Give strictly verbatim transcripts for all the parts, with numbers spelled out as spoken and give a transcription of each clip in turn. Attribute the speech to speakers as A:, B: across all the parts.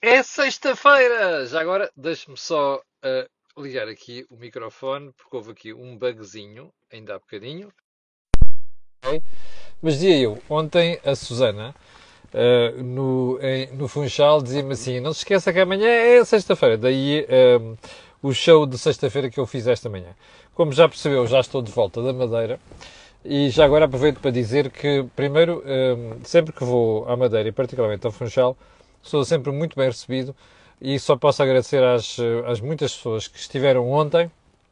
A: É sexta-feira! Já agora, deixe-me só ah, ligar aqui o microfone, porque houve aqui um bugzinho, ainda há bocadinho. Ok? Mas dizia eu, ontem a Susana, ah, no, em- no Funchal, dizia-me assim: não se esqueça que amanhã é sexta-feira. Daí ah, o show de sexta-feira que eu fiz esta manhã. Como já percebeu, já estou de volta da Madeira. E já agora aproveito para dizer que, primeiro, ah, sempre que vou à Madeira, e particularmente ao Funchal, sou sempre muito bem recebido e só posso agradecer às, às muitas pessoas que estiveram ontem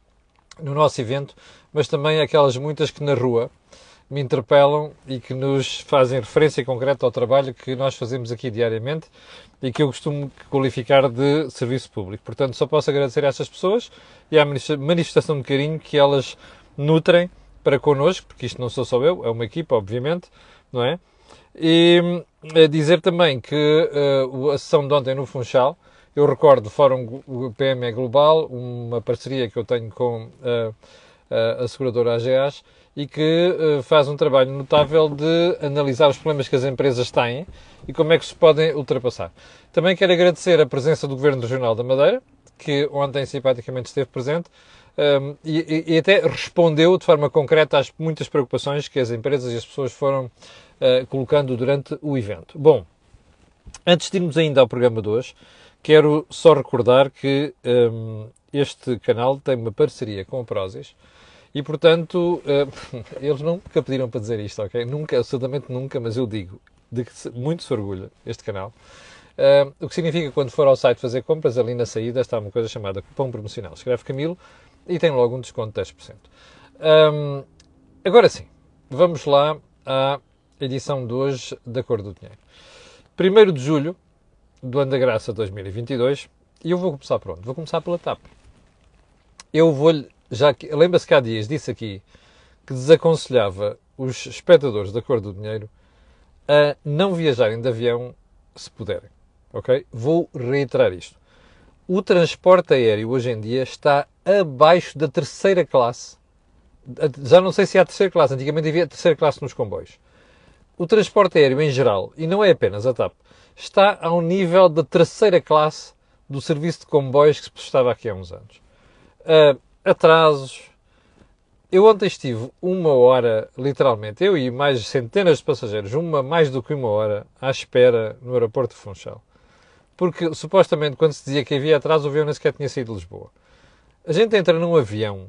A: no nosso evento, mas também aquelas muitas que na rua me interpelam e que nos fazem referência concreta ao trabalho que nós fazemos aqui diariamente e que eu costumo qualificar de serviço público. Portanto, só posso agradecer a essas pessoas e à manifestação de carinho que elas nutrem para connosco, porque isto não sou só eu, é uma equipa, obviamente, não é? E uh, dizer também que uh, a sessão de ontem no Funchal, eu recordo o Fórum P M E Global, uma parceria que eu tenho com uh, a seguradora A G A S, e que uh, faz um trabalho notável de analisar os problemas que as empresas têm e como é que se podem ultrapassar. Também quero agradecer a presença do Governo Regional da Madeira, que ontem simpaticamente esteve presente, um, e, e até respondeu de forma concreta às muitas preocupações que as empresas e as pessoas foram uh, colocando durante o evento. Bom, antes de irmos ainda ao programa de hoje, quero só recordar que um, este canal tem uma parceria com a Prozis e, portanto, uh, eles nunca pediram para dizer isto, ok? Nunca, absolutamente nunca, mas eu digo de que muito se orgulha este canal. Uh, o que significa que quando for ao site fazer compras, ali na saída está uma coisa chamada cupom promocional. Escreve Camilo e tem logo um desconto de dez por cento. Um, agora sim, vamos lá à edição de hoje da Cor do Dinheiro. primeiro de julho do ano da graça dois mil e vinte e dois, e eu vou começar por onde? Vou começar pela TAP. Eu vou-lhe, já que, lembra-se que há dias disse aqui que desaconselhava os espectadores da Cor do Dinheiro a não viajarem de avião se puderem, ok? Vou reiterar isto. O transporte aéreo hoje em dia está abaixo da terceira classe. Já não sei se há terceira classe, antigamente havia terceira classe nos comboios. O transporte aéreo em geral, e não é apenas a TAP, está ao nível da terceira classe do serviço de comboios que se prestava aqui há uns anos. Uh, atrasos. Eu ontem estive uma hora, literalmente, eu e mais centenas de passageiros, uma mais do que uma hora, à espera no aeroporto de Funchal. Porque, supostamente, quando se dizia que havia atraso, o avião nem sequer tinha saído de Lisboa. A gente entra num avião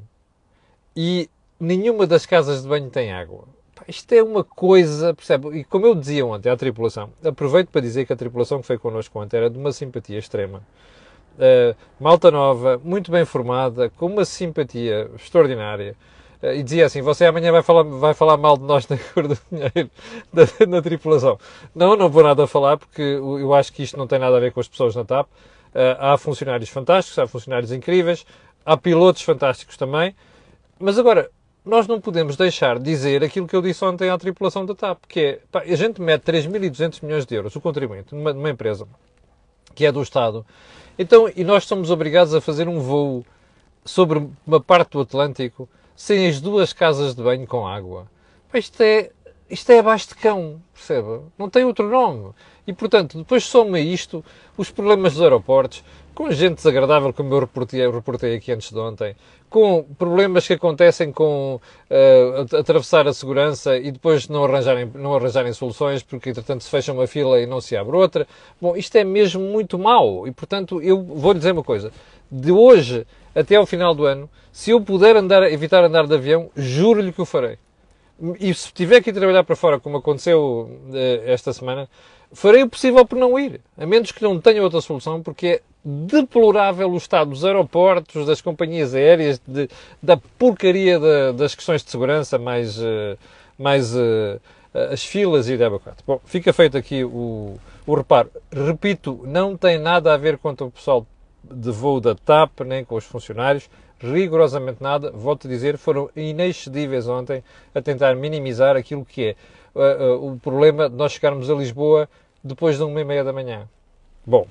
A: e nenhuma das casas de banho tem água. Isto é uma coisa, percebe? E como eu dizia ontem à tripulação, aproveito para dizer que a tripulação que foi connosco ontem era de uma simpatia extrema. Uh, malta nova, muito bem formada, com uma simpatia extraordinária. Uh, e dizia assim: você amanhã vai falar, vai falar mal de nós na Cor do Dinheiro, da, na tripulação. Não, não vou nada a falar, porque eu acho que isto não tem nada a ver com as pessoas na TAP. Uh, há funcionários fantásticos, há funcionários incríveis, há pilotos fantásticos também. Mas agora, nós não podemos deixar de dizer aquilo que eu disse ontem à tripulação da TAP, que é, pá, a gente mete três mil e duzentos milhões de euros, o contribuinte, numa, numa empresa que é do Estado, então, e nós somos obrigados a fazer um voo sobre uma parte do Atlântico sem as duas casas de banho com água. Pá, isto é, isto é abaixo de cão, percebe? Não tem outro nome. E, portanto, depois soma isto, os problemas dos aeroportos, com gente desagradável, como eu reportei, reportei aqui antes de ontem, com problemas que acontecem com uh, atravessar a segurança e depois não arranjarem, não arranjarem soluções, porque, entretanto, se fecha uma fila e não se abre outra. Bom, isto é mesmo muito mau. E, portanto, eu vou-lhe dizer uma coisa. De hoje até ao final do ano, se eu puder andar, evitar andar de avião, juro-lhe que o farei. E se tiver que ir trabalhar para fora, como aconteceu eh, esta semana, farei o possível por não ir. A menos que não tenha outra solução, porque é deplorável o estado dos aeroportos, das companhias aéreas, de, da porcaria de, das questões de segurança, mais, uh, mais uh, as filas e de quatro. Bom, fica feito aqui o, o reparo. Repito, não tem nada a ver contra o pessoal de voo da TAP, nem com os funcionários, rigorosamente nada. Volto a dizer, foram inexcedíveis ontem a tentar minimizar aquilo que é uh, uh, o problema de nós chegarmos a Lisboa depois de uma e meia da manhã. Bom,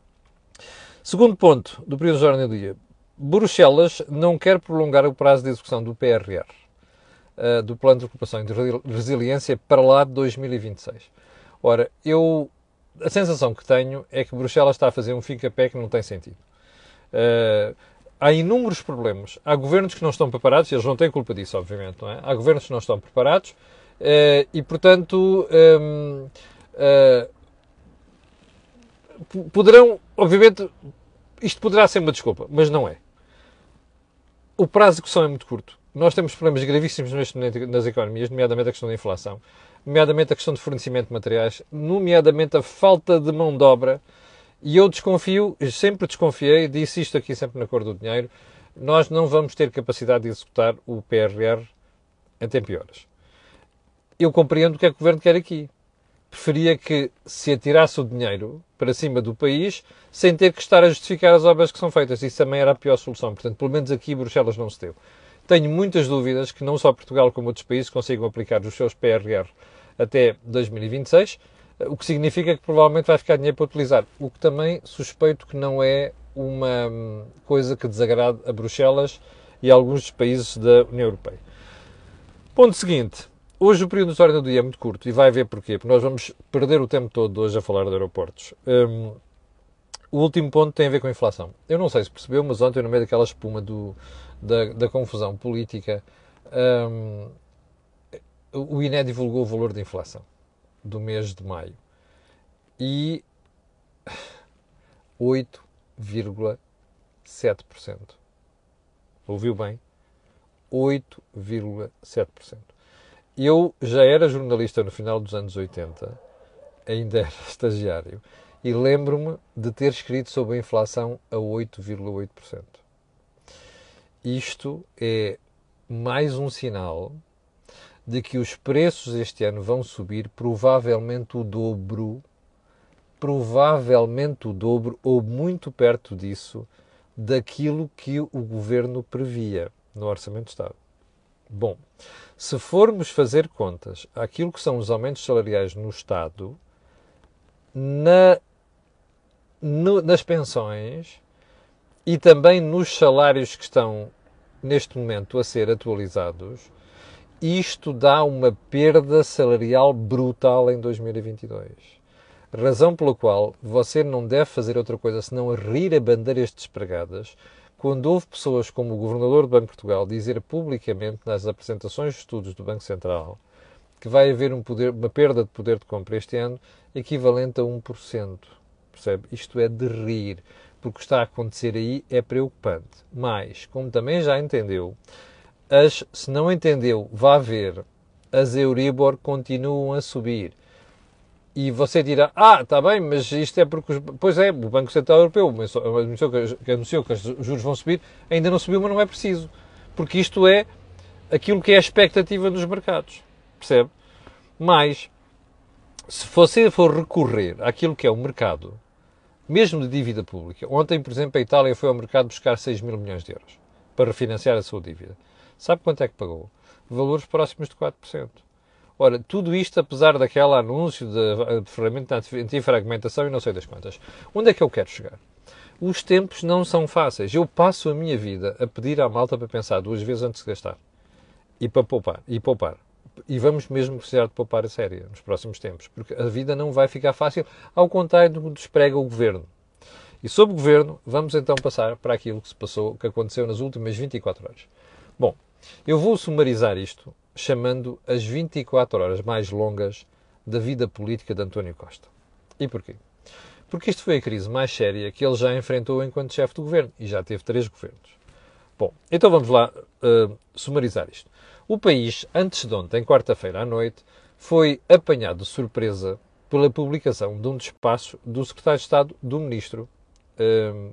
A: segundo ponto do período de jornal do dia. Bruxelas não quer prolongar o prazo de execução do P R R, uh, do Plano de Recuperação e de Resiliência, para lá de dois mil e vinte e seis. Ora, eu a sensação que tenho é que Bruxelas está a fazer um fica-pé que não tem sentido. Uh, há inúmeros problemas. Há governos que não estão preparados, e eles não têm culpa disso, obviamente, não é? Há governos que não estão preparados uh, e, portanto, um, uh, poderão, obviamente, isto poderá ser uma desculpa, mas não é. O prazo de execução é muito curto. Nós temos problemas gravíssimos neste momento nas economias, nomeadamente a questão da inflação, nomeadamente a questão de fornecimento de materiais, nomeadamente a falta de mão de obra. E eu desconfio, sempre desconfiei, disse isto aqui sempre na cor do dinheiro, nós não vamos ter capacidade de executar o P R R em tempo e horas. Eu compreendo o que é que o Governo quer aqui. Preferia que se atirasse o dinheiro para cima do país sem ter que estar a justificar as obras que são feitas. Isso também era a pior solução. Portanto, pelo menos aqui Bruxelas não se deu. Tenho muitas dúvidas que não só Portugal como outros países consigam aplicar os seus P R R até dois mil e vinte e seis, o que significa que provavelmente vai ficar dinheiro para utilizar. O que também suspeito que não é uma coisa que desagrade a Bruxelas e a alguns dos países da União Europeia. Ponto seguinte. Hoje o período de ordem do dia é muito curto e vai ver porquê. Porque nós vamos perder o tempo todo hoje a falar de aeroportos. Um, o último ponto tem a ver com a inflação. Eu não sei se percebeu, mas ontem, no meio daquela espuma do, da, da confusão política, um, o I N E divulgou o valor da inflação do mês de maio e oito vírgula sete por cento. Ouviu bem? oito vírgula sete por cento. Eu já era jornalista no final dos anos oitenta, ainda era estagiário, e lembro-me de ter escrito sobre a inflação a oito vírgula oito por cento. Isto é mais um sinal de que os preços este ano vão subir provavelmente o dobro, provavelmente o dobro, ou muito perto disso, daquilo que o Governo previa no Orçamento de Estado. Bom, se formos fazer contas àquilo que são os aumentos salariais no Estado, na, no, nas pensões e também nos salários que estão neste momento a ser atualizados, isto dá uma perda salarial brutal em dois mil e vinte e dois. Razão pela qual você não deve fazer outra coisa senão rir a bandeiras despregadas quando houve pessoas como o Governador do Banco de Portugal dizer publicamente nas apresentações de estudos do Banco Central que vai haver um poder, uma perda de poder de compra este ano equivalente a um por cento. Percebe? Isto é de rir, porque o que está a acontecer aí é preocupante. Mas, como também já entendeu, as, se não entendeu, vá ver, as Euribor continuam a subir. E você dirá, ah, está bem, mas isto é porque... Os... Pois é, o Banco Central Europeu anunciou que, anunciou que os juros vão subir, ainda não subiu, mas não é preciso. Porque isto é aquilo que é a expectativa dos mercados. Percebe? Mas, se você for recorrer àquilo que é o mercado, mesmo de dívida pública, ontem, por exemplo, a Itália foi ao mercado buscar seis mil milhões de euros para refinanciar a sua dívida. Sabe quanto é que pagou? Valores próximos de quatro por cento. Ora, tudo isto apesar daquele anúncio de, de ferramenta anti-fragmentação e não sei das quantas. Onde é que eu quero chegar? Os tempos não são fáceis. Eu passo a minha vida a pedir à malta para pensar duas vezes antes de gastar. E para poupar. E poupar. E vamos mesmo precisar de poupar a sério nos próximos tempos. Porque a vida não vai ficar fácil, ao contrário do que nos prega o Governo. E sobre o Governo, vamos então passar para aquilo que se passou, que aconteceu nas últimas vinte e quatro horas. Bom, eu vou sumarizar isto chamando as vinte e quatro horas mais longas da vida política de António Costa. E porquê? Porque isto foi a crise mais séria que ele já enfrentou enquanto chefe do governo. E já teve três governos. Bom, então vamos lá uh, sumarizar isto. O país, antes de ontem, quarta-feira à noite, foi apanhado de surpresa pela publicação de um despacho do secretário de Estado do Ministro uh,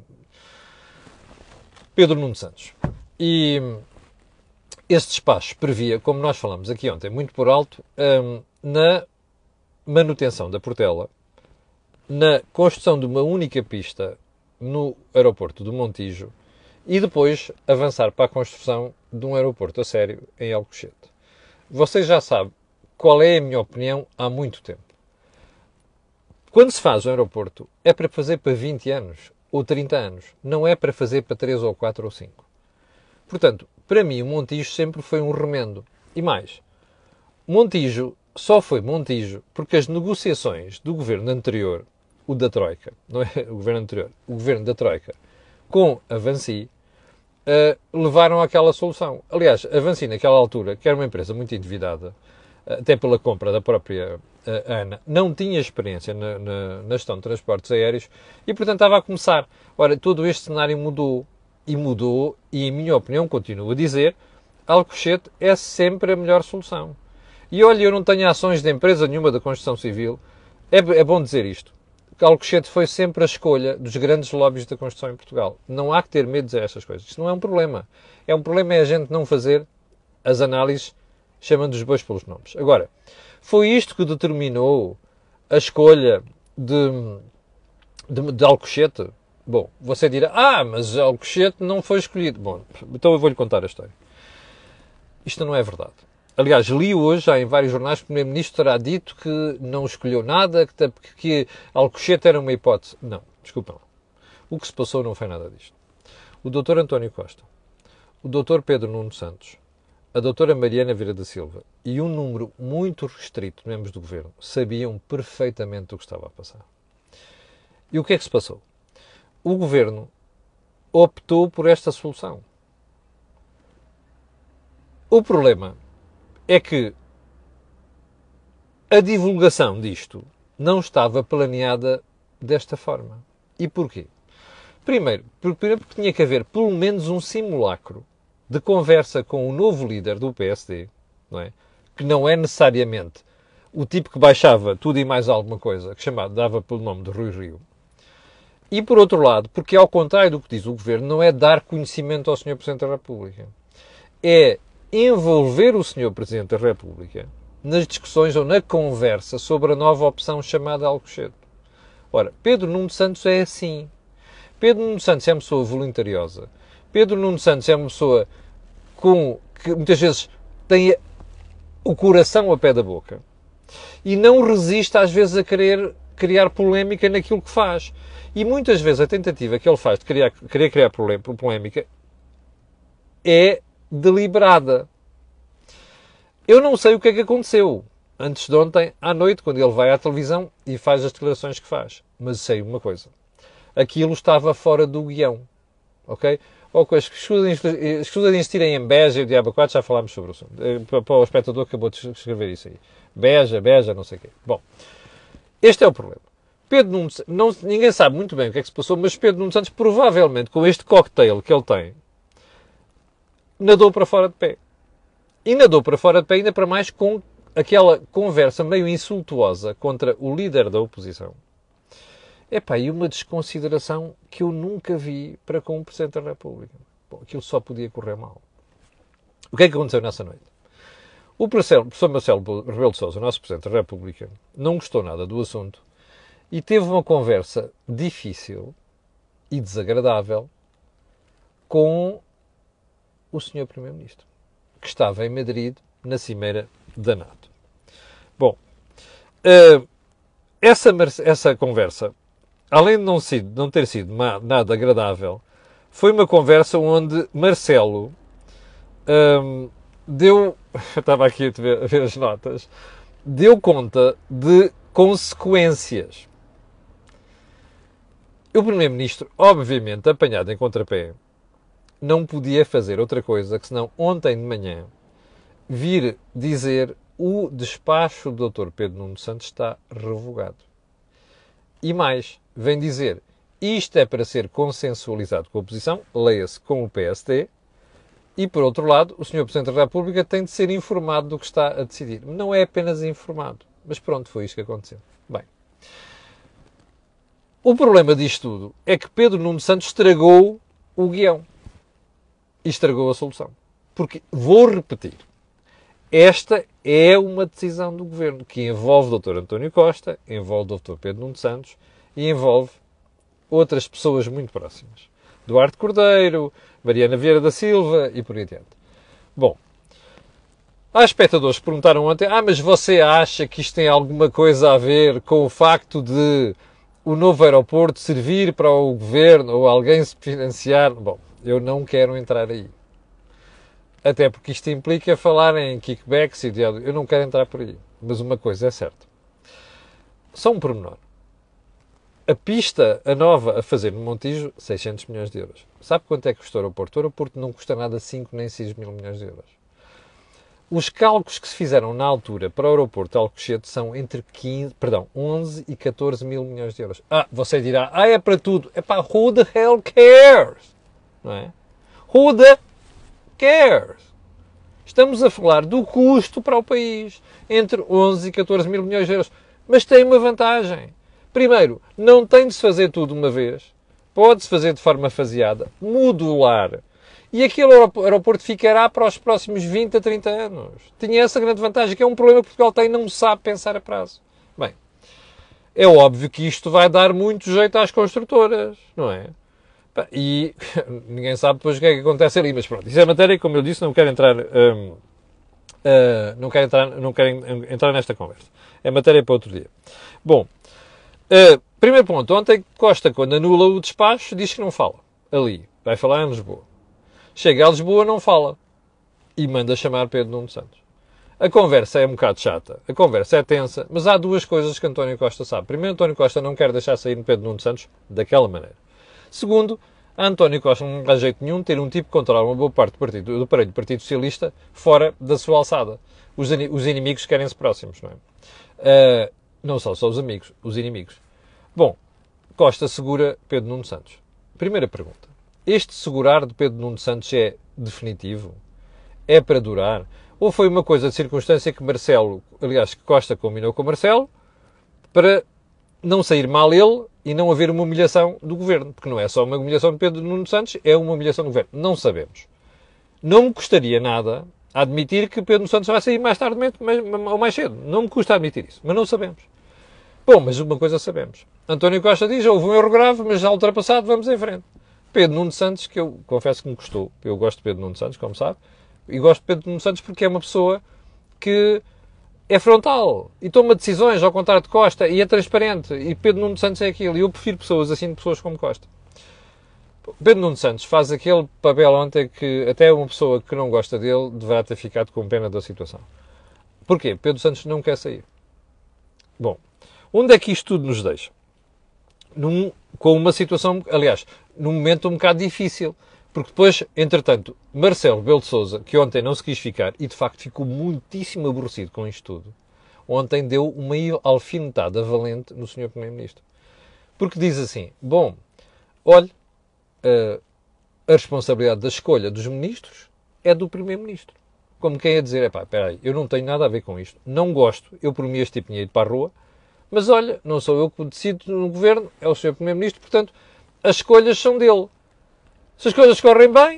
A: Pedro Nuno Santos. E esse despacho previa, como nós falamos aqui ontem, muito por alto, um, na manutenção da Portela, na construção de uma única pista no aeroporto do Montijo e depois avançar para a construção de um aeroporto a sério em Alcochete. Você já sabe qual é a minha opinião há muito tempo. Quando se faz um aeroporto, é para fazer para vinte anos ou trinta anos, não é para fazer para três ou quatro ou cinco. Portanto, para mim, o Montijo sempre foi um remendo. E mais, Montijo só foi Montijo porque as negociações do governo anterior o da Troika, não é o governo anterior, o governo da Troika, com a Vinci, uh, levaram àquela solução. Aliás, a Vinci, naquela altura, que era uma empresa muito endividada, até pela compra da própria uh, ANA, não tinha experiência na, na, na gestão de transportes aéreos e, portanto, estava a começar. Ora, todo este cenário mudou, e mudou, e, em minha opinião, continuo a dizer, Alcochete é sempre a melhor solução. E olha, eu não tenho ações de empresa nenhuma da construção civil, é, é bom dizer isto. Alcochete foi sempre a escolha dos grandes lobbies da construção em Portugal. Não há que ter medo de dizer estas coisas. Isto não é um problema. É um problema é a gente não fazer as análises chamando os bois pelos nomes. Agora, foi isto que determinou a escolha de, de, de Alcochete? Bom, você dirá, ah, mas Alcochete não foi escolhido. Bom, então eu vou-lhe contar a história. Isto não é verdade. Aliás, li hoje, já em vários jornais, que o Primeiro-Ministro terá dito que não escolheu nada, que, que Alcochete era uma hipótese. Não, desculpem lá. O que se passou não foi nada disto. O doutor António Costa, o doutor Pedro Nuno Santos, a doutora Mariana Vieira da Silva e um número muito restrito de membros do Governo sabiam perfeitamente o que estava a passar. E o que é que se passou? O Governo optou por esta solução. O problema é que a divulgação disto não estava planeada desta forma. E porquê? Primeiro, porque tinha que haver pelo menos um simulacro de conversa com o novo líder do P S D, não é? Que não é necessariamente o tipo que baixava tudo e mais alguma coisa, que chamado, dava pelo nome de Rui Rio. E por outro lado, porque ao contrário do que diz o Governo, não é dar conhecimento ao senhor Presidente da República. É envolver o senhor Presidente da República nas discussões ou na conversa sobre a nova opção chamada Alcochete. Ora, Pedro Nuno Santos é assim. Pedro Nuno Santos é uma pessoa voluntariosa. Pedro Nuno Santos é uma pessoa com, que muitas vezes tem o coração a pé da boca e não resiste às vezes a querer criar polémica naquilo que faz. E muitas vezes a tentativa que ele faz de criar, querer criar polémica é deliberada. Eu não sei o que é que aconteceu antes de ontem à noite, quando ele vai à televisão e faz as declarações que faz. Mas sei uma coisa. Aquilo estava fora do guião. Ok? Ou com as escusas de insistirem em Beja e o Diabo quatro, já falámos sobre o assunto. Para o espectador que acabou de escrever isso aí. Beja, Beja, não sei o quê. Bom, este é o problema. Pedro Nuno, não, ninguém sabe muito bem o que é que se passou, mas Pedro Nuno Santos, provavelmente, com este cocktail que ele tem, nadou para fora de pé. E nadou para fora de pé ainda para mais com aquela conversa meio insultuosa contra o líder da oposição. Epá, e uma desconsideração que eu nunca vi para com o Presidente da República. Bom, aquilo só podia correr mal. O que é que aconteceu nessa noite? O professor Marcelo Rebelo de Sousa, o nosso Presidente da República, não gostou nada do assunto e teve uma conversa difícil e desagradável com o senhor Primeiro-Ministro, que estava em Madrid, na cimeira da NATO. Bom, essa, essa conversa, além de não, sido, não ter sido nada agradável, foi uma conversa onde Marcelo hum, deu, eu estava aqui a ver, a ver as notas, deu conta de consequências. O Primeiro-Ministro, obviamente, apanhado em contrapé, não podia fazer outra coisa que senão ontem de manhã vir dizer o despacho do doutor Pedro Nuno Santos está revogado. E mais, vem dizer isto é para ser consensualizado com a oposição, leia-se com o P S D, e por outro lado, o senhor Presidente da República tem de ser informado do que está a decidir. Não é apenas informado, mas pronto, foi isto que aconteceu. Bem, o problema disto tudo é que Pedro Nuno Santos estragou o guião. E estragou a solução. Porque, vou repetir, esta é uma decisão do Governo que envolve o doutor António Costa, envolve o doutor Pedro Nuno Santos e envolve outras pessoas muito próximas. Duarte Cordeiro, Mariana Vieira da Silva e por aí adiante. Bom, há espectadores que perguntaram ontem, ah, mas você acha que isto tem alguma coisa a ver com o facto de o novo aeroporto servir para o Governo ou alguém se financiar? Bom, eu não quero entrar aí. Até porque isto implica falar em kickbacks e diálogo. Eu não quero entrar por aí. Mas uma coisa é certa. Só um pormenor. a pista, a nova, a fazer no Montijo, seiscentos milhões de euros. Sabe quanto é que custa o aeroporto? O aeroporto não custa nada cinco nem seis mil milhões de euros. Os cálculos que se fizeram na altura para o aeroporto de Alcochete são entre quinze, perdão, onze e catorze mil milhões de euros. Ah, você dirá, ah, é para tudo. É para who the hell cares? Não é? Who the cares? Estamos a falar do custo para o país, entre onze e catorze mil milhões de euros. Mas tem uma vantagem. Primeiro, não tem de se fazer tudo uma vez. Pode-se fazer de forma faseada, modular. E aquele aeroporto ficará para os próximos vinte a trinta anos. Tinha essa grande vantagem, que é um problema que Portugal tem, não sabe pensar a prazo. Bem, é óbvio que isto vai dar muito jeito às construtoras, não é? E ninguém sabe depois o que é que acontece ali, mas pronto, isso é matéria, como eu disse, não quero entrar, hum, uh, não quero entrar, não quero entrar nesta conversa. É matéria para outro dia. Bom, uh, primeiro ponto, ontem Costa, quando anula o despacho, diz que não fala. Ali, vai falar em Lisboa. Chega a Lisboa, não fala. E manda chamar Pedro Nuno Santos. A conversa é um bocado chata. A conversa é tensa, mas há duas coisas que António Costa sabe. Primeiro, António Costa não quer deixar sair Pedro Nuno Santos daquela maneira. Segundo, a António Costa não dá jeito nenhum ter um tipo que controla uma boa parte do, partido, do aparelho do Partido Socialista fora da sua alçada. Os, os inimigos querem-se próximos, não é? Uh, não são só os amigos, os inimigos. Bom, Costa segura Pedro Nuno Santos. Primeira pergunta. Este segurar de Pedro Nuno Santos é definitivo? É para durar? Ou foi uma coisa de circunstância que Marcelo, aliás, que Costa combinou com Marcelo, para não sair mal ele e não haver uma humilhação do governo? Porque não é só uma humilhação de Pedro Nuno Santos, é uma humilhação do governo. Não sabemos. Não me custaria nada admitir que Pedro Nuno Santos vai sair mais tarde ou mais cedo. Não me custa admitir isso, mas não sabemos. Bom, mas uma coisa sabemos. António Costa diz, houve um erro grave, mas já ultrapassado, vamos em frente. Pedro Nuno Santos, que eu confesso que me custou. Eu gosto de Pedro Nuno Santos, como sabe. E gosto de Pedro Nuno Santos porque é uma pessoa que é frontal e toma decisões ao contrário de Costa e é transparente. E Pedro Nuno Santos é aquilo. E eu prefiro pessoas assim de pessoas como Costa. Pedro Nuno Santos faz aquele papel ontem que até uma pessoa que não gosta dele deverá ter ficado com pena da situação. Porquê? Pedro Santos não quer sair. Bom, onde é que isto tudo nos deixa? Num, com uma situação, aliás, num momento um bocado difícil. Porque depois, entretanto, Marcelo Rebelo de Sousa, que ontem não se quis ficar, e de facto ficou muitíssimo aborrecido com isto tudo, ontem deu uma alfinetada valente no senhor Primeiro-Ministro. Porque diz assim, bom, olhe, a, a responsabilidade da escolha dos ministros é do Primeiro-Ministro. Como quem ia dizer, epá, espera aí, eu não tenho nada a ver com isto, não gosto, eu por mim este tipo tinha ido para a rua, mas olha, não sou eu que decido no governo, é o senhor Primeiro-Ministro, portanto, as escolhas são dele. Se as coisas correm bem,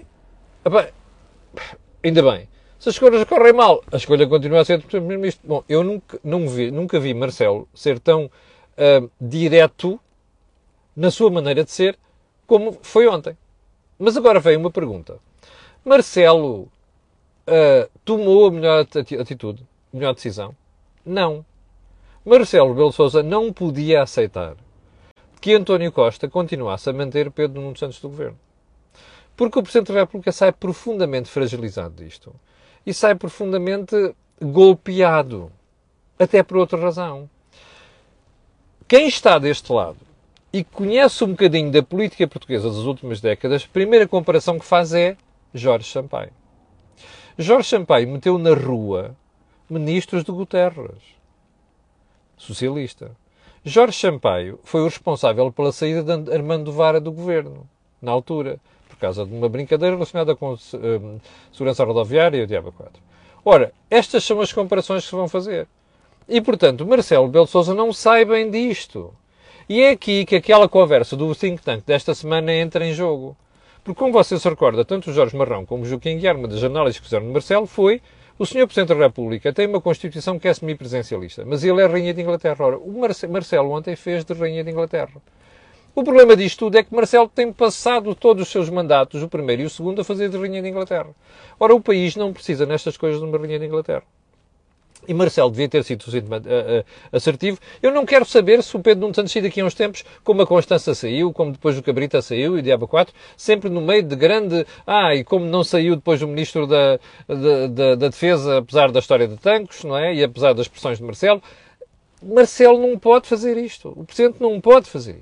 A: ainda bem. Se as coisas correm mal, a escolha continua a ser do Primeiro-Ministro. Bom, eu nunca, não vi, nunca vi Marcelo ser tão uh, direto na sua maneira de ser como foi ontem. Mas agora vem uma pergunta. Marcelo uh, tomou a melhor atitude, a melhor decisão? Não. Marcelo Rebelo de Sousa não podia aceitar que António Costa continuasse a manter Pedro Nuno Santos do governo. Porque o Presidente da República sai profundamente fragilizado disto. E sai profundamente golpeado. Até por outra razão. Quem está deste lado e conhece um bocadinho da política portuguesa das últimas décadas, a primeira comparação que faz é Jorge Sampaio. Jorge Sampaio meteu na rua ministros de Guterres. Socialista. Jorge Sampaio foi o responsável pela saída de Armando Vara do governo, na altura. Por causa de uma brincadeira relacionada com um, segurança rodoviária e o Diabo quatro. Ora, estas são as comparações que se vão fazer. E, portanto, Marcelo Rebelo de Sousa não sai bem disto. E é aqui que aquela conversa do think tank desta semana entra em jogo. Porque, como você se recorda, tanto o Jorge Marrão como o Joaquim Guiar, uma das análises que fizeram de Marcelo foi o senhor Presidente da República tem uma Constituição que é semipresencialista, mas ele é Rainha de Inglaterra. Ora, o Marcelo ontem fez de Rainha de Inglaterra. O problema disto tudo é que Marcelo tem passado todos os seus mandatos, o primeiro e o segundo, a fazer de Rainha de Inglaterra. Ora, o país não precisa nestas coisas de uma Rainha de Inglaterra. E Marcelo devia ter sido assertivo. Eu não quero saber se o Pedro Nuno Santos, daqui a uns tempos, como a Constança saiu, como depois o Cabrita saiu e o Diabo quatro, sempre no meio de grande... Ah, e como não saiu depois o Ministro da, da, da, da Defesa, apesar da história de Tancos, não é? E apesar das pressões de Marcelo. Marcelo não pode fazer isto. O Presidente não pode fazer isto.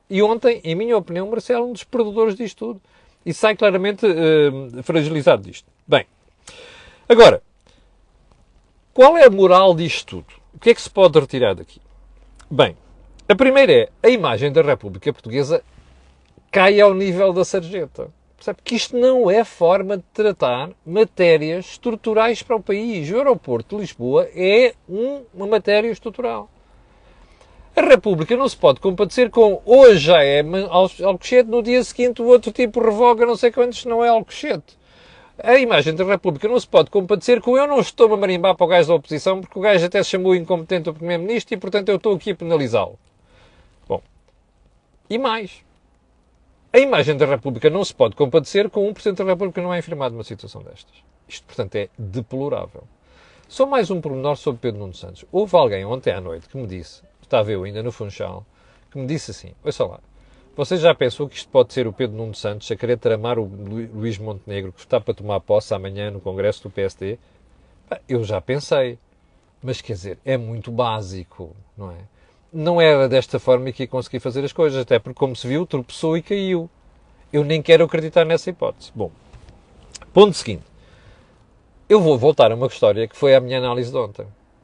A: E ontem, em minha opinião, Marcelo é um dos perdedores disto tudo. E sai claramente uh, fragilizado disto. Bem, agora, qual é a moral disto tudo? O que é que se pode retirar daqui? Bem, a primeira é a imagem da República Portuguesa cai ao nível da sarjeta. Percebe que isto não é forma de tratar matérias estruturais para o país. O aeroporto de Lisboa é um, uma matéria estrutural. A República não se pode compadecer com hoje já é Alcochete, no dia seguinte o outro tipo revoga não sei quantos, não é Alcochete. A imagem da República não se pode compadecer com eu não estou a marimbar para o gajo da oposição porque o gajo até se chamou incompetente ao Primeiro-Ministro e portanto eu estou aqui a penalizá-lo. Bom, e mais, a imagem da República não se pode compadecer com um Presidente da República não é informado numa situação destas. Isto, portanto, é deplorável. Só mais um pormenor sobre Pedro Nuno Santos. Houve alguém ontem à noite que me disse, estava eu ainda no Funchal, que me disse assim, ouça lá, você já pensou que isto pode ser o Pedro Nuno Santos a querer tramar o Luís Montenegro que está para tomar posse amanhã no Congresso do P S D? Eu já pensei, mas quer dizer, é muito básico, não é? Não era desta forma que ia conseguir fazer as coisas, até porque, como se viu, tropeçou e caiu. Eu nem quero acreditar nessa hipótese. Bom, ponto seguinte. Eu vou voltar a uma história que foi a minha análise de ontem.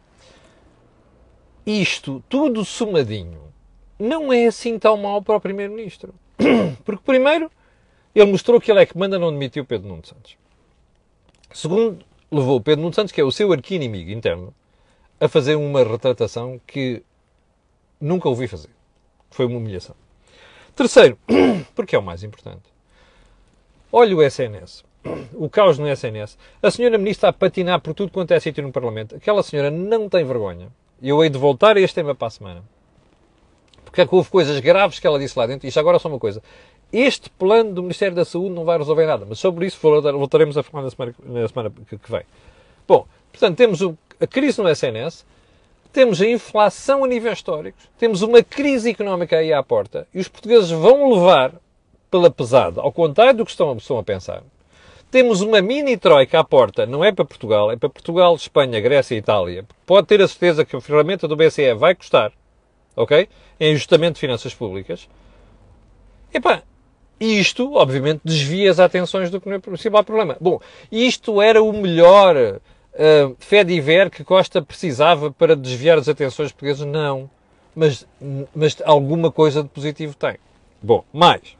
A: Isto, tudo somadinho, não é assim tão mau para o Primeiro-Ministro. Porque, primeiro, ele mostrou que ele é que manda, não demitiu o Pedro Nuno Santos. Segundo, levou o Pedro Nuno Santos, que é o seu arqui-inimigo interno, a fazer uma retratação que nunca ouvi fazer. Foi uma humilhação. Terceiro, porque é o mais importante. Olha o S N S. O caos no S N S. A senhora Ministra a patinar por tudo quanto é sítio no Parlamento. Aquela senhora não tem vergonha. E eu hei de voltar a este tema para a semana. Porque é que houve coisas graves que ela disse lá dentro. E isto agora é só uma coisa. Este plano do Ministério da Saúde não vai resolver nada. Mas sobre isso voltaremos a falar na semana, na semana que vem. Bom, portanto, temos a crise no S N S. Temos a inflação a níveis históricos. Temos uma crise económica aí à porta. E os portugueses vão levar pela pesada. Ao contrário do que estão, estão a pensar. Temos uma mini-troika à porta, não é para Portugal, é para Portugal, Espanha, Grécia e Itália. Pode ter a certeza que a ferramenta do B C E vai custar, ok? Em ajustamento de finanças públicas. Epá, isto, obviamente, desvia as atenções do principal problema. Bom, isto era o melhor uh, fé-diver que Costa precisava para desviar as atenções portuguesas? Não. Mas, mas alguma coisa de positivo tem. Bom, mais.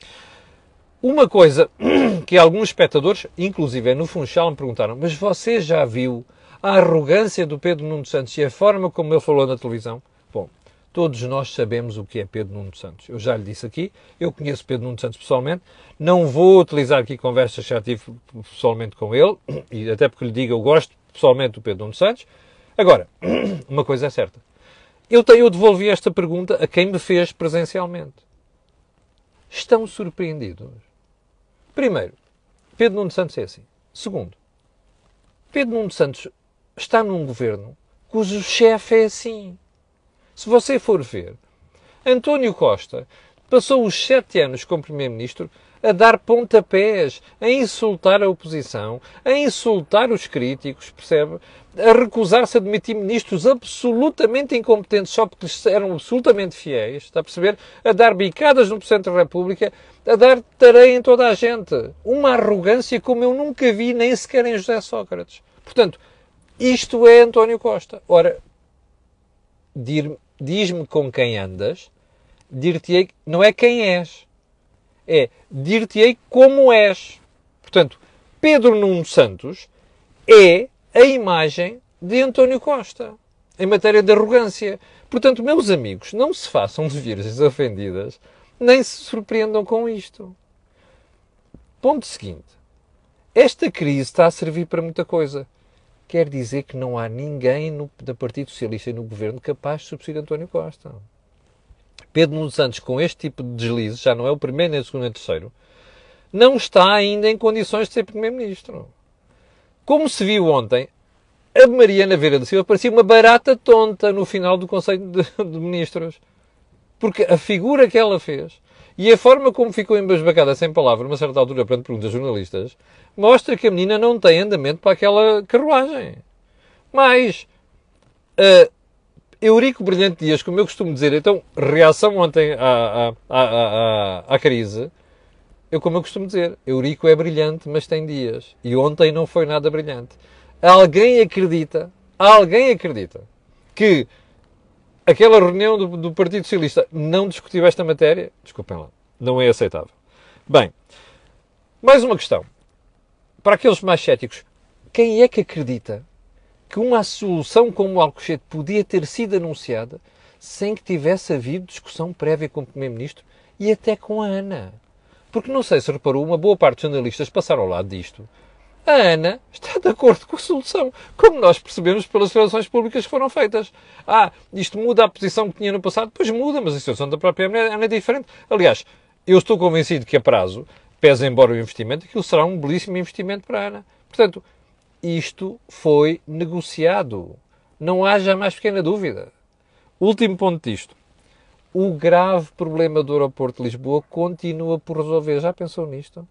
A: Uma coisa que alguns espectadores, inclusive no Funchal, me perguntaram, mas você já viu a arrogância do Pedro Nuno Santos e a forma como ele falou na televisão? Bom, todos nós sabemos o que é Pedro Nuno Santos. Eu já lhe disse aqui, eu conheço Pedro Nuno Santos pessoalmente, não vou utilizar aqui conversas que já tive pessoalmente com ele, e até porque lhe digo, eu gosto pessoalmente do Pedro Nuno Santos. Agora, uma coisa é certa, eu, tenho, eu devolvi esta pergunta a quem me fez presencialmente. Estão surpreendidos? Primeiro, Pedro Nuno Santos é assim. Segundo, Pedro Nuno Santos está num governo cujo chefe é assim. Se você for ver, António Costa passou os sete anos como Primeiro-Ministro a dar pontapés, a insultar a oposição, a insultar os críticos, percebe? A recusar-se a admitir ministros absolutamente incompetentes só porque lhes eram absolutamente fiéis, está a perceber? A dar bicadas no Presidente da República, a dar tareia em toda a gente. Uma arrogância como eu nunca vi, nem sequer em José Sócrates. Portanto, isto é António Costa. Ora, diz-me com quem andas, dir-te-ei, não é quem és, é dir-te-ei como és. Portanto, Pedro Nuno Santos é a imagem de António Costa, em matéria de arrogância. Portanto, meus amigos, não se façam de virgens ofendidas, nem se surpreendam com isto. Ponto seguinte. Esta crise está a servir para muita coisa. Quer dizer que não há ninguém no, da Partido Socialista e no Governo capaz de substituir António Costa. Pedro Nuno Santos, com este tipo de deslizes, já não é o primeiro, nem o segundo, nem o terceiro, não está ainda em condições de ser Primeiro-Ministro. Como se viu ontem, a Mariana Vieira da Silva parecia uma barata tonta no final do Conselho de, de Ministros. Porque a figura que ela fez e a forma como ficou embasbacada sem palavra, uma certa altura, perante perguntas jornalistas, mostra que a menina não tem andamento para aquela carruagem. Mas, uh, Eurico Brilhante Dias, como eu costumo dizer, então, reação ontem à, à, à, à, à crise, eu como eu costumo dizer, Eurico é brilhante, mas tem dias. E ontem não foi nada brilhante. Alguém acredita, alguém acredita que aquela reunião do, do Partido Socialista não discutiu esta matéria? Desculpem lá, não é aceitável. Bem, mais uma questão. Para aqueles mais céticos, quem é que acredita que uma solução como o Alcochete podia ter sido anunciada sem que tivesse havido discussão prévia com o Primeiro-Ministro e até com a Ana? Porque não sei se reparou, uma boa parte dos jornalistas passaram ao lado disto. A Ana está de acordo com a solução, como nós percebemos pelas declarações públicas que foram feitas. Ah, isto muda a posição que tinha no passado? Pois muda, mas a situação da própria Ana é diferente. Aliás, eu estou convencido que a prazo, pese embora o investimento, aquilo será um belíssimo investimento para a Ana. Portanto, isto foi negociado. Não haja mais pequena dúvida. Último ponto disto. O grave problema do aeroporto de Lisboa continua por resolver. Já pensou nisto?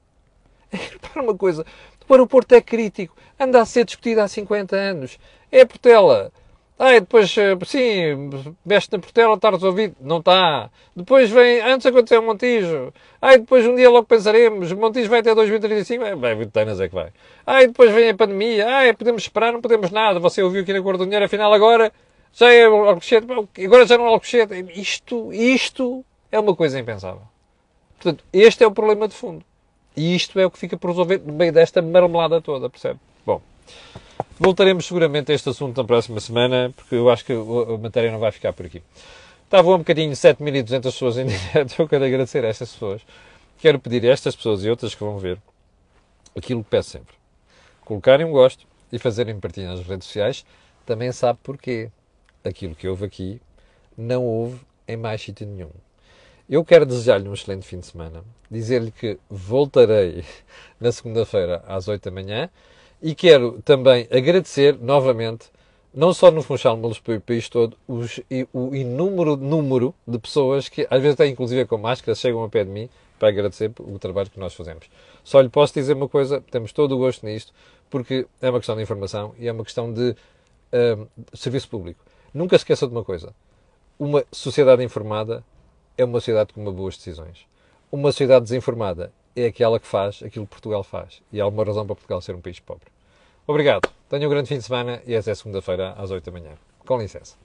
A: Repara uma coisa. O aeroporto é crítico. Anda a ser discutido há cinquenta anos. É a Portela. Ai, depois, sim, veste na Portela, está resolvido. Não está. Depois vem, antes aconteceu o Montijo. Ai, depois um dia logo pensaremos, o Montijo vai até dois mil e trinta e cinco. Vai, vinte anos é que vai. Ai, depois vem a pandemia. Ai, podemos esperar, não podemos nada. Você ouviu aqui na Cor do Dinheiro, afinal agora já é o Alcochete. Agora já não é o Alcochete. Isto, isto é uma coisa impensável. Portanto, este é o problema de fundo. E isto é o que fica por resolver no meio desta marmelada toda, percebe? Bom. Voltaremos seguramente a este assunto na próxima semana, porque eu acho que a matéria não vai ficar por aqui. Estavam um bocadinho sete mil e duzentas pessoas em direto. Eu quero agradecer a estas pessoas. Quero pedir a estas pessoas e outras que vão ver aquilo que peço sempre. Colocarem um gosto e fazerem partilha nas redes sociais. Também sabe porquê. Aquilo que houve aqui não houve em mais sítio nenhum. Eu quero desejar-lhe um excelente fim de semana. Dizer-lhe que voltarei na segunda-feira às oito da manhã. E quero também agradecer novamente, não só no Funchal, mas pelo país todo, os, o inúmero número de pessoas que, às vezes até inclusive com máscara, chegam a pé de mim para agradecer o trabalho que nós fazemos. Só lhe posso dizer uma coisa, temos todo o gosto nisto, porque é uma questão de informação e é uma questão de uh, serviço público. Nunca se esqueça de uma coisa, uma sociedade informada é uma sociedade com uma boas decisões. Uma sociedade desinformada é aquela que faz aquilo que Portugal faz. E há alguma razão para Portugal ser um país pobre. Obrigado. Tenha um grande fim de semana e até segunda-feira às oito da manhã. Com licença.